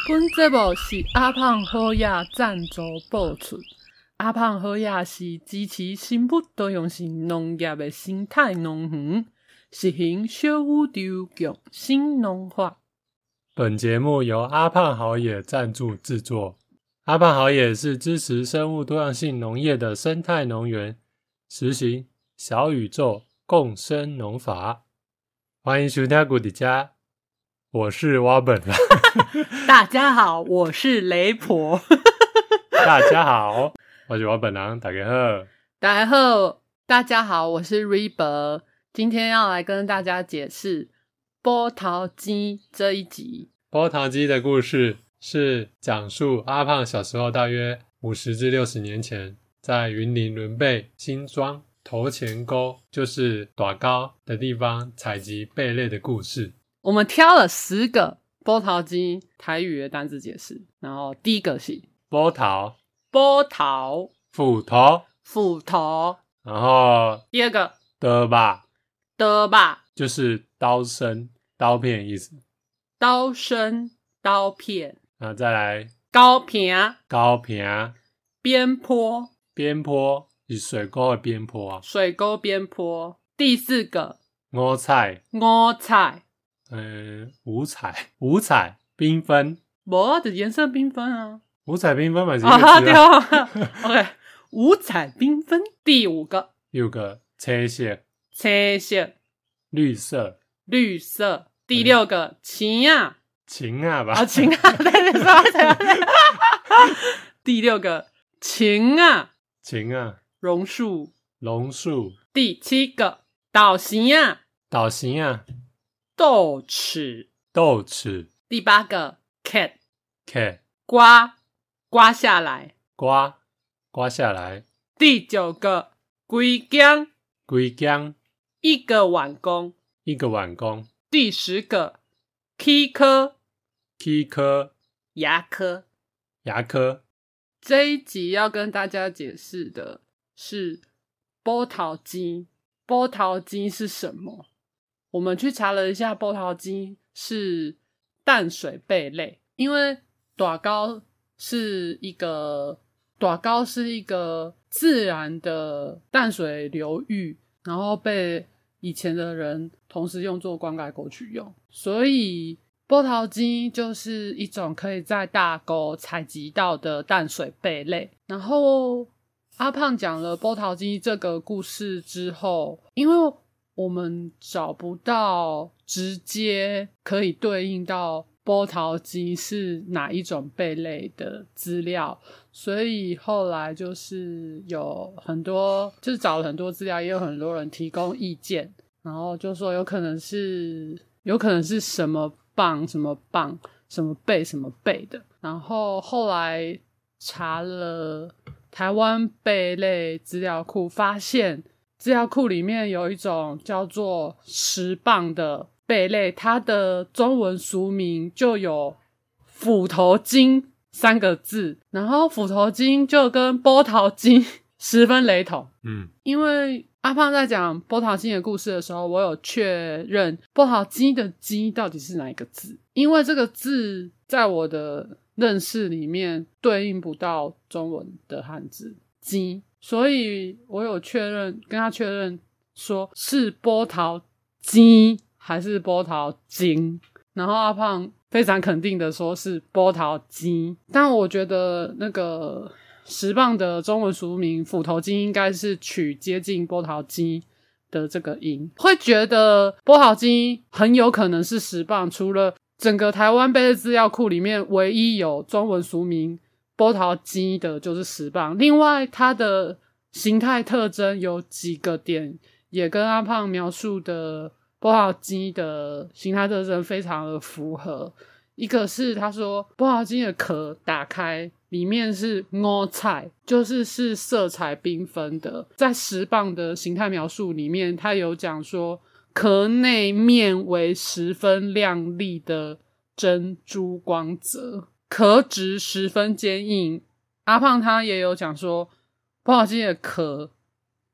本节目是阿胖好野赞助播出。阿胖好野是支持生物多样性农业的生态农园，实行小宇宙共生农法。 本节目由阿胖好野赞助制作。阿胖好野是支持生物多样性农业的生态农园，实行小宇宙共生农法。欢迎收听古迪家，我是蛙本啦。 大家好，我是雷婆。 大家好，我是蛙本郎，大家好。 大家好，我是 Riber。今天要来跟大家解释波桃鸡这一集。 波桃鸡的故事是讲述阿胖小时候大约50至60年前，在云林仑背新庄头前沟，就是大高的地方采集贝类的故事。 我们挑了10个波桃鸡台语的单字解释，然后第一个是波桃， 斧头， 然后第二个的吧， 就是刀身刀片意思， 刀身刀片， 然后再来高平边坡是水沟的边坡啊， 水沟边坡。第四个五彩五彩缤纷， 没啊，就颜色缤纷啊， 五彩缤纷嘛是一个字啊。 对啊OK， 五彩缤纷。第五个青色绿色。 第六个晴啊吧， 晴啊，对，第六个晴啊，榕树。第七个倒形啊，豆豉。第八个 cat 刮下来。第九个龟姜一个碗公。第10个 K 科牙科。这一集要跟大家解释的是波桃鸡。波桃鸡是什么？我们去查了一下，波桃鸡是淡水贝类。因为大高是一个自然的淡水流域，然后被以前的人同时用作灌溉沟去用，所以波桃鸡就是一种可以在大沟采集到的淡水贝类。然后阿胖讲了波桃鸡这个故事之后，因为我们找不到直接可以对应到波桃鸡是哪一种贝类的资料，所以后来就是有很多，就是找了很多资料，也有很多人提供意见，然后就说有可能是什么棒什么贝的。然后后来查了台湾贝类资料库，发现资料库里面有一种叫做石蚌的贝类，它的中文俗名就有斧头精3个字，然后斧头精就跟波桃精十分雷同。因为阿胖在讲波桃精的故事的时候，我有确认波桃鸡的鸡到底是哪一个字，因为这个字在我的认识里面对应不到中文的汉字鸡，所以我有跟他确认说是波桃鸡还是波桃精，然后阿胖非常肯定的说是波桃鸡，但我觉得那个石蚌的中文俗名斧头鸡应该是取接近波桃鸡的这个音，会觉得波桃鸡很有可能是石蚌，除了整个台湾贝类资料库里面唯一有中文俗名波桃鸡的就是石蚌，另外它的形态特征有几个点也跟阿胖描述的波桃鸡的形态特征非常的符合。一个是他说波桃鸡的壳打开里面是五彩，就是色彩缤纷的。在石蚌的形态描述里面，他有讲说壳内面为十分亮丽的珍珠光泽，壳质十分坚硬。阿胖他也有讲说波桃鸡的壳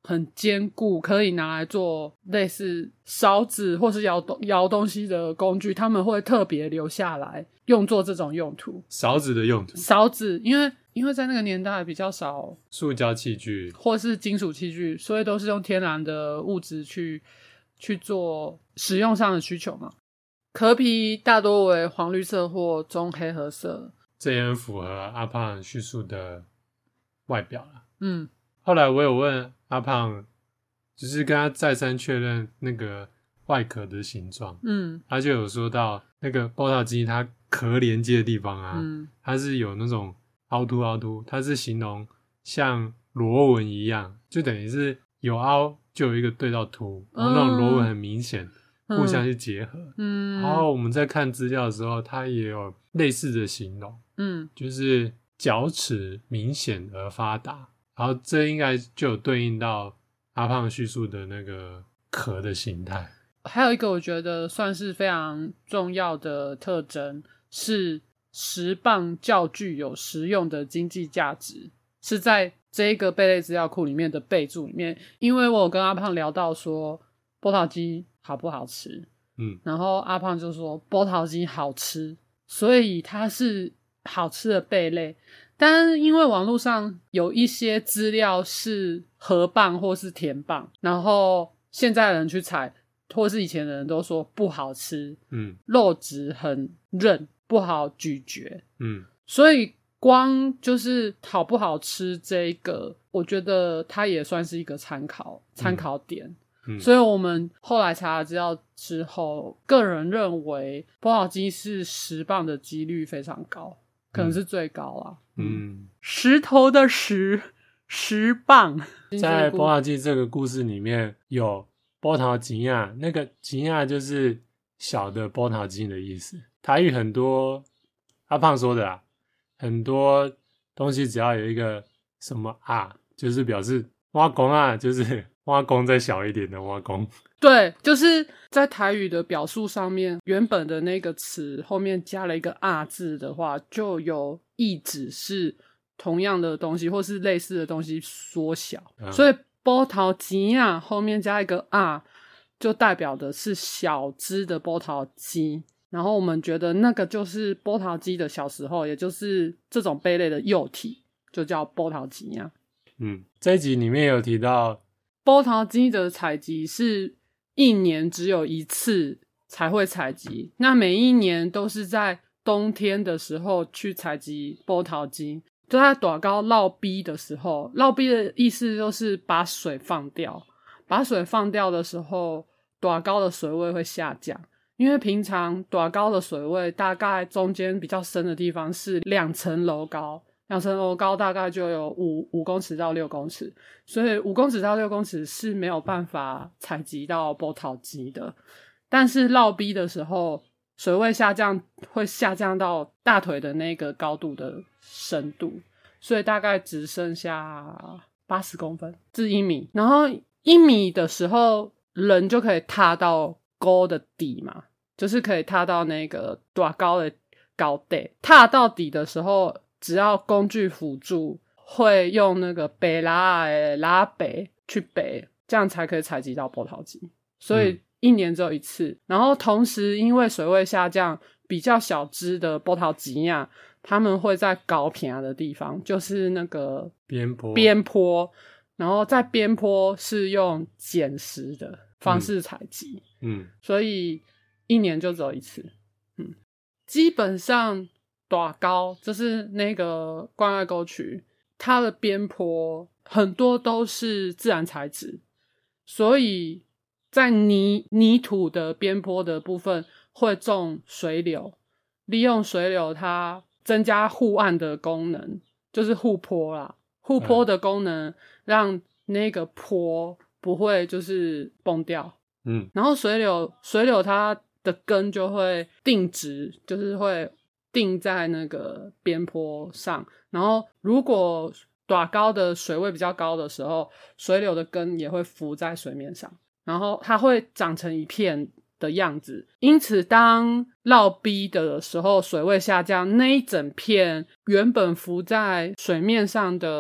很坚固，可以拿来做类似勺子或是摇东西的工具，他们会特别留下来用作这种用途。 勺子的用途， 勺子因为在那个年代比较少塑胶器具或是金属器具，所以都是用天然的物质去做使用上的需求嘛。壳皮大多为黄绿色或棕黑褐色， 这也很符合阿胖叙述的外表啦。 后来我有问阿胖，就是跟他再三确认那个外壳的形状，他就有说到那个波涛机它壳连接的地方啊，它是有那种凹凸，它是形容像螺纹一样，就等于是有凹就有一个对到凸，然后那种螺纹很明显，互相去结合。然后我们在看资料的时候，它也有类似的形容，就是角齿明显而发达，然后这应该就有对应到阿胖叙述的那个壳的形态。 还有一个我觉得算是非常重要的特征是石棒较具有实用的经济价值，是在这个贝类资料库里面的备注里面。因为我有跟阿胖聊到说波涛鸡好不好吃，然后阿胖就说波涛鸡好吃，所以它是好吃的贝类。但是因为网络上有一些资料是河蚌或是甜蚌，然后现在的人去采或是以前的人都说不好吃，肉质很韧，不好咀嚼，所以光就是好不好吃这一个，我觉得它也算是一个参考点。所以我们后来查了资料之后，个人认为波涛鸡是10磅的几率非常高，可能是最高啦。石头的10磅。 在波涛鸡这个故事里面有波涛吉亚，那个吉亚就是小的波涛鸡的意思。台语很多阿胖说的啦，很多东西只要有一个什么啊，就是表示挖公啊，就是挖公再小一点的挖公。 对，就是在台语的表述上面，原本的那个词后面加了一个啊字的话，就有意指是同样的东西或是类似的东西缩小，所以波涛鸡啊后面加一个啊，就代表的是小只的波涛鸡。然后我们觉得那个就是波涛鸡的小时候，也就是这种贝类的幼体，就叫波涛鸡啊。 这一集里面有提到波涛鸡的采集是1年只有一次才会采集，那每一年都是在冬天的时候去采集波涛鸡，就在大高落逼的时候，落逼的意思就是把水放掉，把水放掉的时候大高的水位会下降，因为平常大高的水位大概中间比较深的地方是2层楼高，2层楼高大概就有5公尺到6公尺，所以5公尺到6公尺是没有办法采集到波涛鸡的。但是落逼的时候水位下降会下降到大腿的那个高度的深度，所以大概只剩下80公分至1米，然后1米的时候人就可以踏到沟的底嘛，就是可以踏到那个大高的高地，踏到底的时候只要工具辅助会用那个北拉的拉北去北，这样才可以采集到波涛鸡，所以1年只有一次。然后同时因为水位下降，比较小只的波涛鸡啊，他们会在高平的地方，就是那个边坡，然后在边坡是用捡拾的方式采集，所以1年就只有一次。基本上大高就是那个关爱沟渠，它的边坡很多都是自然材质，所以在泥土的边坡的部分会种水柳，利用水柳它增加护岸的功能，就是护坡啦，护坡的功能让那个坡不会就是崩掉。然后水柳它的根就会定直，就是会定在那个边坡上，然后如果大高的水位比较高的时候，水柳的根也会浮在水面上，然后它会长成一片的样子。因此当落逼的时候水位下降，那一整片原本浮在水面上的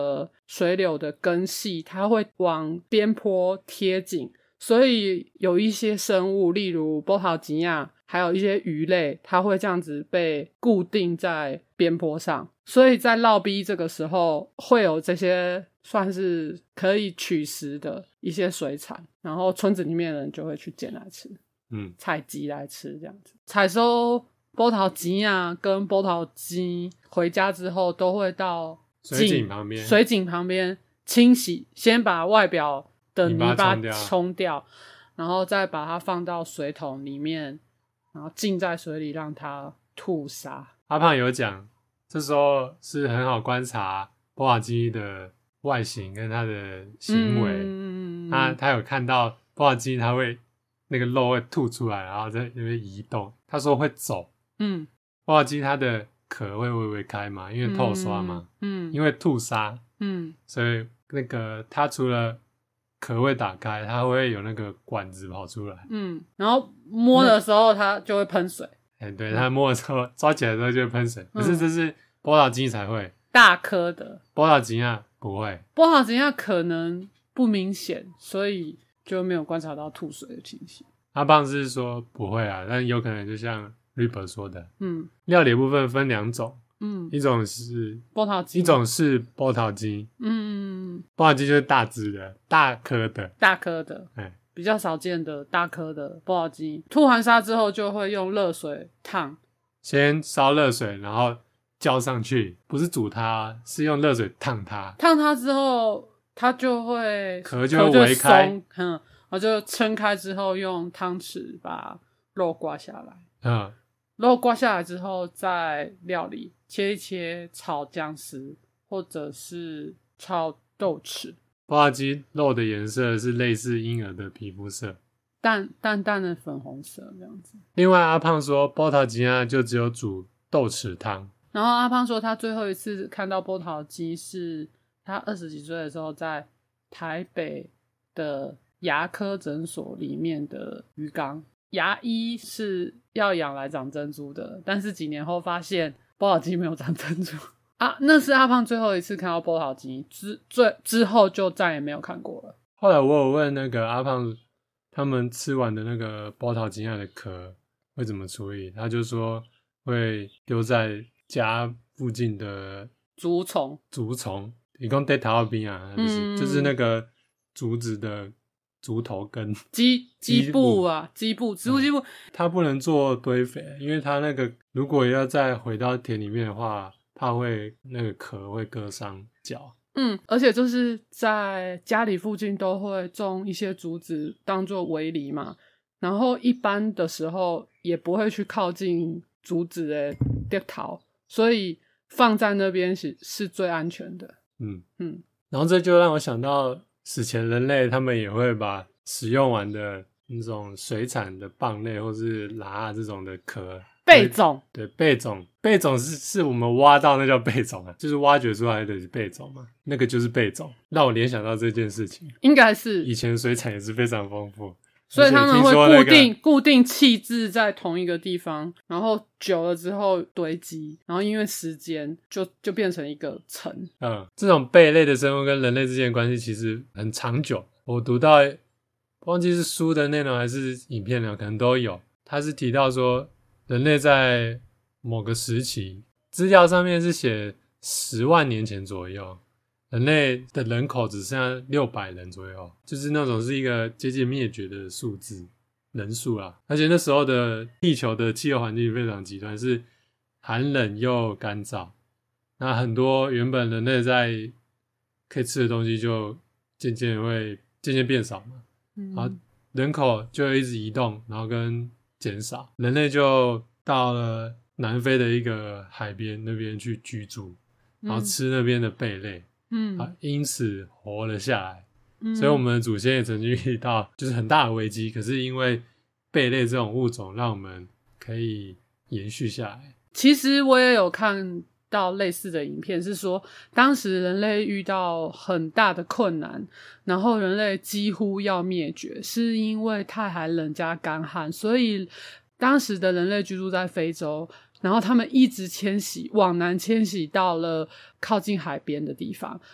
水流的根系它会往边坡贴紧，所以有一些生物例如波桃吉亚还有一些鱼类，它会这样子被固定在边坡上，所以在涝逼这个时候会有这些算是可以取食的一些水产，然后村子里面的人就会去捡来吃，采集来吃这样子。采收波桃吉亚跟波桃鸡回家之后都会到水井旁边清洗，先把外表的泥巴冲掉，然后再把它放到水桶里面，然后浸在水里让它吐沙。 阿胖有讲这时候是很好观察波桃鸡的外形跟它的行为，他有看到波桃鸡它会那个肉会吐出来，然后在那边移动，他说会走。波桃鸡它的壳会微微开嘛，因为透刷嘛，因为吐沙，所以那个它除了壳会打开，它会有那个管子跑出来， 然后摸的时候它就会喷水， 对，它摸的时候抓起来的时候就会喷水，可是这是波桃鸡才会， 大颗的波桃吉亚不会， 波桃吉亚可能不明显，所以就没有观察到吐水的情形。 阿棒是说不会啊，但有可能就像 Ripper 说的，料理的部分分两种，一种是波桃鸡， 一种是波桃鸡，波桃鸡就是大只的、大颗的， 比较少见的大颗的波桃鸡。吐完沙之后就会用热水烫， 先烧热水，然后浇上去，不是煮它，是用热水烫它。 烫它之后，它就会壳就会围开， 然后就撑开之后，用汤匙把肉刮下来。肉刮下来之后，再料理，切一切，炒姜丝，或者是炒豆豉。 波桃鸡肉的颜色是类似婴儿的皮肤色， 淡淡的粉红色这样子。 另外阿胖说波桃鸡啊就只有煮豆豉汤。 然后阿胖说他最后一次看到波桃鸡是他20几岁的时候在台北的牙科诊所里面的鱼缸，牙医是要养来长珍珠的，但是几年后发现波桃鸡没有长珍珠啊，那是阿胖最后一次看到波桃鸡，之后就再也没有看过了。 后来我有问那个阿胖他们吃完的那个波桃鸡的壳会怎么处理，他就说会丢在家附近的竹丛一共在桃边啊，就是那个竹子的竹头根基部啊，植物基部， 它不能做堆肥，因为它那个如果要再回到田里面的话，怕会那个壳会割伤脚。 而且就是在家里附近都会种一些竹子当做围篱嘛，然后一般的时候也不会去靠近竹子的叶头，所以放在那边是最安全的。 然后这就让我想到史前人类他们也会把使用完的那种水产的蚌类或是蛤这种的壳贝种， 对，贝种是我们挖到那叫贝种啊，就是挖掘出来的贝种嘛，那个就是贝种，让我联想到这件事情， 应该是以前水产也是非常丰富， 所以他们会固定弃置在同一个地方，然后久了之后堆积，然后因为时间就变成一个层。 这种贝类的生物跟人类之间的关系其实很长久，我读到忘记是书的内容还是影片了，可能都有，他是提到说人类在某个时期，资料上面是写10万年前左右，人类的人口只剩下600人左右，就是那种是一个接近灭绝的数字人数啦。而且那时候的地球的气候环境非常极端，是寒冷又干燥，那很多原本人类在可以吃的东西就渐渐变少嘛，然后人口就一直移动，然后跟减少，人类就到了南非的一个海边那边去居住，然后吃那边的贝类，因此活了下来。所以我们的祖先也曾经遇到就是很大的危机，可是因为贝类这种物种让我们可以延续下来。 其实我也有看到类似的影片，是说当时人类遇到很大的困难，然后人类几乎要灭绝，是因为太寒冷加干旱，所以当时的人类居住在非洲，然后他们一直往南迁徙到了靠近海边的地方，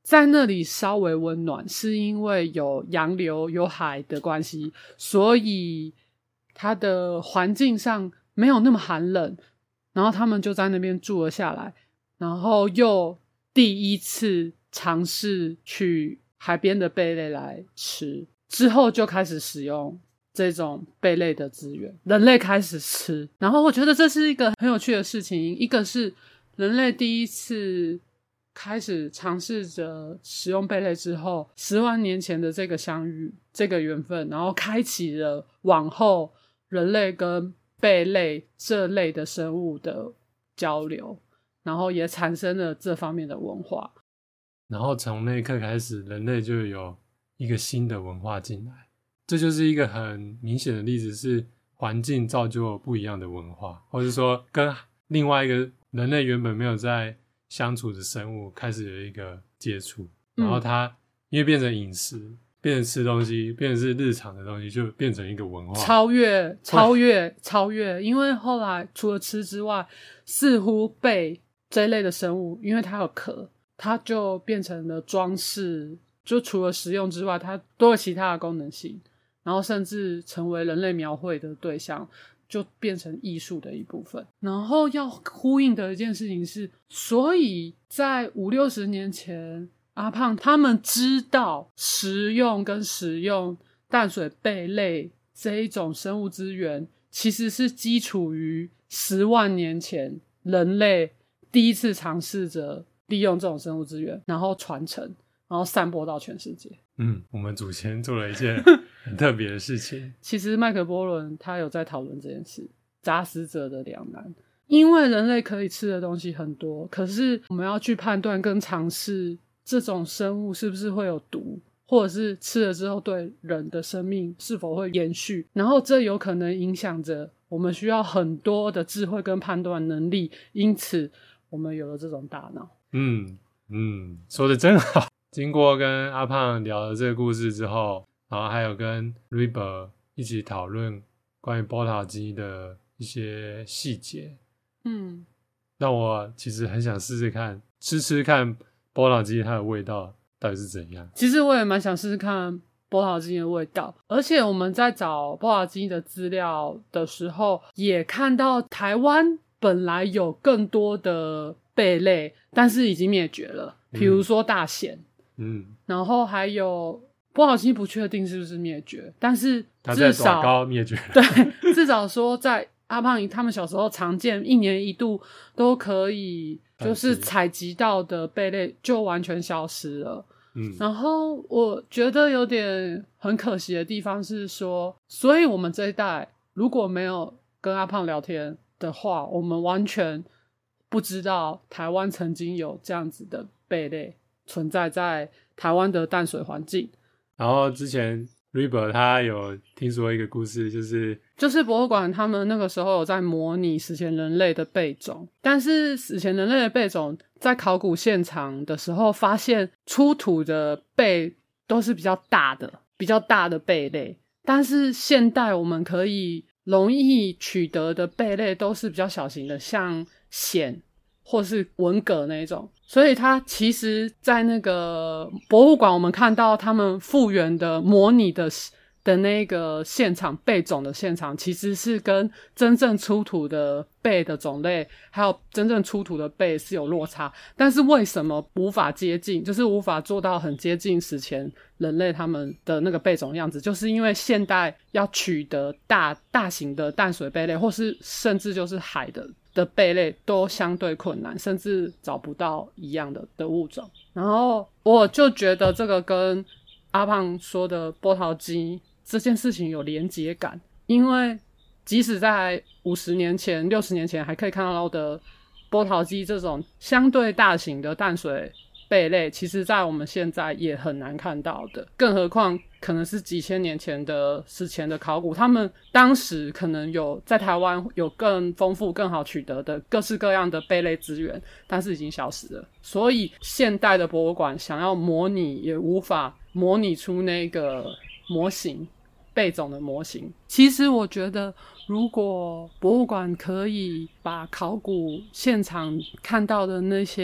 在那里稍微温暖，是因为有洋流有海的关系，所以它的环境上没有那么寒冷，然后他们就在那边住了下来，然后又第一次尝试取海边的贝类来吃，之后就开始使用这种贝类的资源，人类开始吃。然后我觉得这是一个很有趣的事情，一个是人类第一次开始尝试着使用贝类之后，10万年前的这个相遇，这个缘分，然后开启了往后人类跟贝类这类的生物的交流，然后也产生了这方面的文化。 然后从那一刻开始，人类就有一个新的文化进来，这就是一个很明显的例子，是环境造就不一样的文化，或者说跟另外一个人类原本没有在相处的生物开始有一个接触，然后它因为变成饮食，变成吃东西，变成是日常的东西，就变成一个文化，超越。因为后来除了吃之外，似乎贝这一类的生物，因为它有壳，它就变成了装饰，就除了食用之外，它都有其他的功能性，然后甚至成为人类描绘的对象，就变成艺术的一部分。然后要呼应的一件事情是，所以在50-60年前，阿胖他们知道食用跟使用淡水贝类这一种生物资源，其实是基础于10万年前人类第一次尝试着利用这种生物资源，然后传承，然后散播到全世界。 我们祖先做了一件很特别的事情。 其实麦克波伦他有在讨论这件事，杂食者的两难。因为人类可以吃的东西很多，可是我们要去判断跟尝试这种生物是不是会有毒，或者是吃了之后对人的生命是否会延续，然后这有可能影响着我们需要很多的智慧跟判断能力，因此我们有了这种大脑。 说得真好。经过跟阿胖聊了这个故事之后，然后还有跟 Riber 一起讨论关于波塔鸡的一些细节，让我其实很想试试看吃看波塔鸡它的味道到底是怎样。 其实我也蛮想试试看波塔鸡的味道，而且我们在找波塔鸡的资料的时候，也看到台湾本来有更多的贝类，但是已经灭绝了，比如说大蚬，然后还有波塔鸡不确定是不是灭绝，但是至少它在爪高灭绝了， 对，至少说在阿胖他们小时候常见1年1度都可以就是采集到的贝类就完全消失了。然后我觉得有点很可惜的地方是说，所以我们这一代如果没有跟阿胖聊天的话，我们完全不知道台湾曾经有这样子的贝类存在在台湾的淡水环境。 然后之前 Riber 他有听说一个故事，就是博物馆他们那个时候有在模拟史前人类的贝种，但是史前人类的贝种在考古现场的时候发现出土的贝都是比较大的贝类，但是现代我们可以容易取得的贝类都是比较小型的，像蚬或是文蛤那一种。所以它其实在那个博物馆我们看到他们复原的模拟的那个现场贝种的现场，其实是跟真正出土的贝的种类还有真正出土的贝是有落差，但是为什么无法接近，就是无法做到很接近史前人类他们的那个贝种样子，就是因为现代要取得大型的淡水贝类或是甚至就是海的贝类都相对困难，甚至找不到一样的物种。然后我就觉得这个跟阿胖说的波涛鸡这件事情有连结感，因为即使在50年前60年前还可以看到的波涛鸡这种相对大型的淡水贝类，其实在我们现在也很难看到的，更何况可能是几千年前的史前的考古，他们当时可能有在台湾有更丰富更好取得的各式各样的贝类资源，但是已经消失了，所以现代的博物馆想要模拟也无法模拟出那个模型贝种的模型。其实我觉得如果博物馆可以把考古现场看到的那些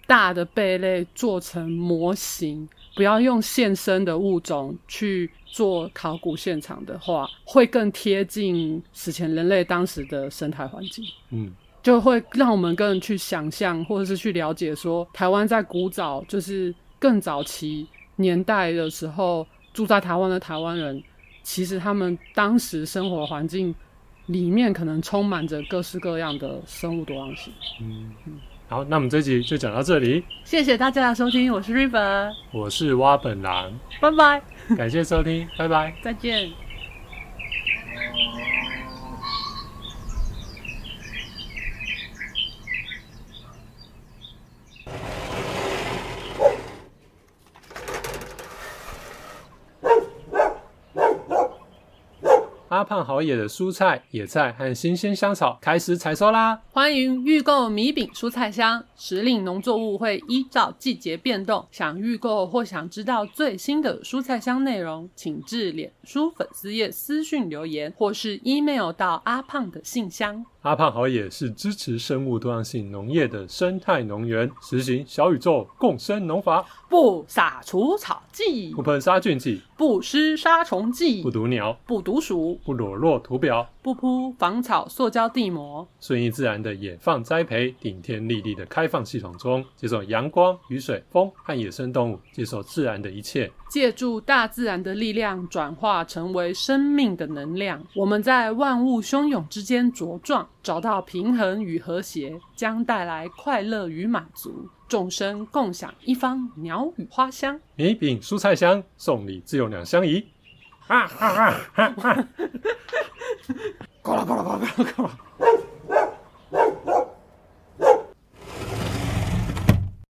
大的贝类做成模型，不要用现生的物种去做考古现场的话，会更贴近史前人类当时的生态环境。就会让我们更去想象或者是去了解说，台湾在古早就是更早期年代的时候，住在台湾的台湾人，其实他们当时生活环境里面可能充满着各式各样的生物多样性。 好，那我们这集就讲到这里， 谢谢大家的收听，我是 River， 我是蛙本郎， 拜拜， 感谢收听，拜拜， 再见。 阿胖好野的蔬菜、野菜和新鲜香草开始采收啦！ 欢迎预购米饼蔬菜箱，时令农作物会依照季节变动。想预购或想知道最新的蔬菜箱内容，请至脸书粉丝页私讯留言，或是 email 到阿胖的信箱。 阿胖好野是支持生物多样性农业的生态农园，实行小宇宙共生农法， 不撒除草剂， 不喷杀菌剂， 不施杀虫剂， 不毒鸟， 不毒鼠， 不裸露图表， 不铺防草塑胶地膜， 顺应自然的野放栽培，顶天立地的开放系统中，接受阳光、雨水、风和野生动物，接受自然的一切， 借助大自然的力量转化成为生命的能量。我们在万物汹涌之间茁壮，找到平衡与和谐，将带来快乐与满足。众生共享一方鸟语花香。 米饼蔬菜香，送礼自有两相宜。呱啦呱啦呱啦呱啦呱啦呱啦呱啦。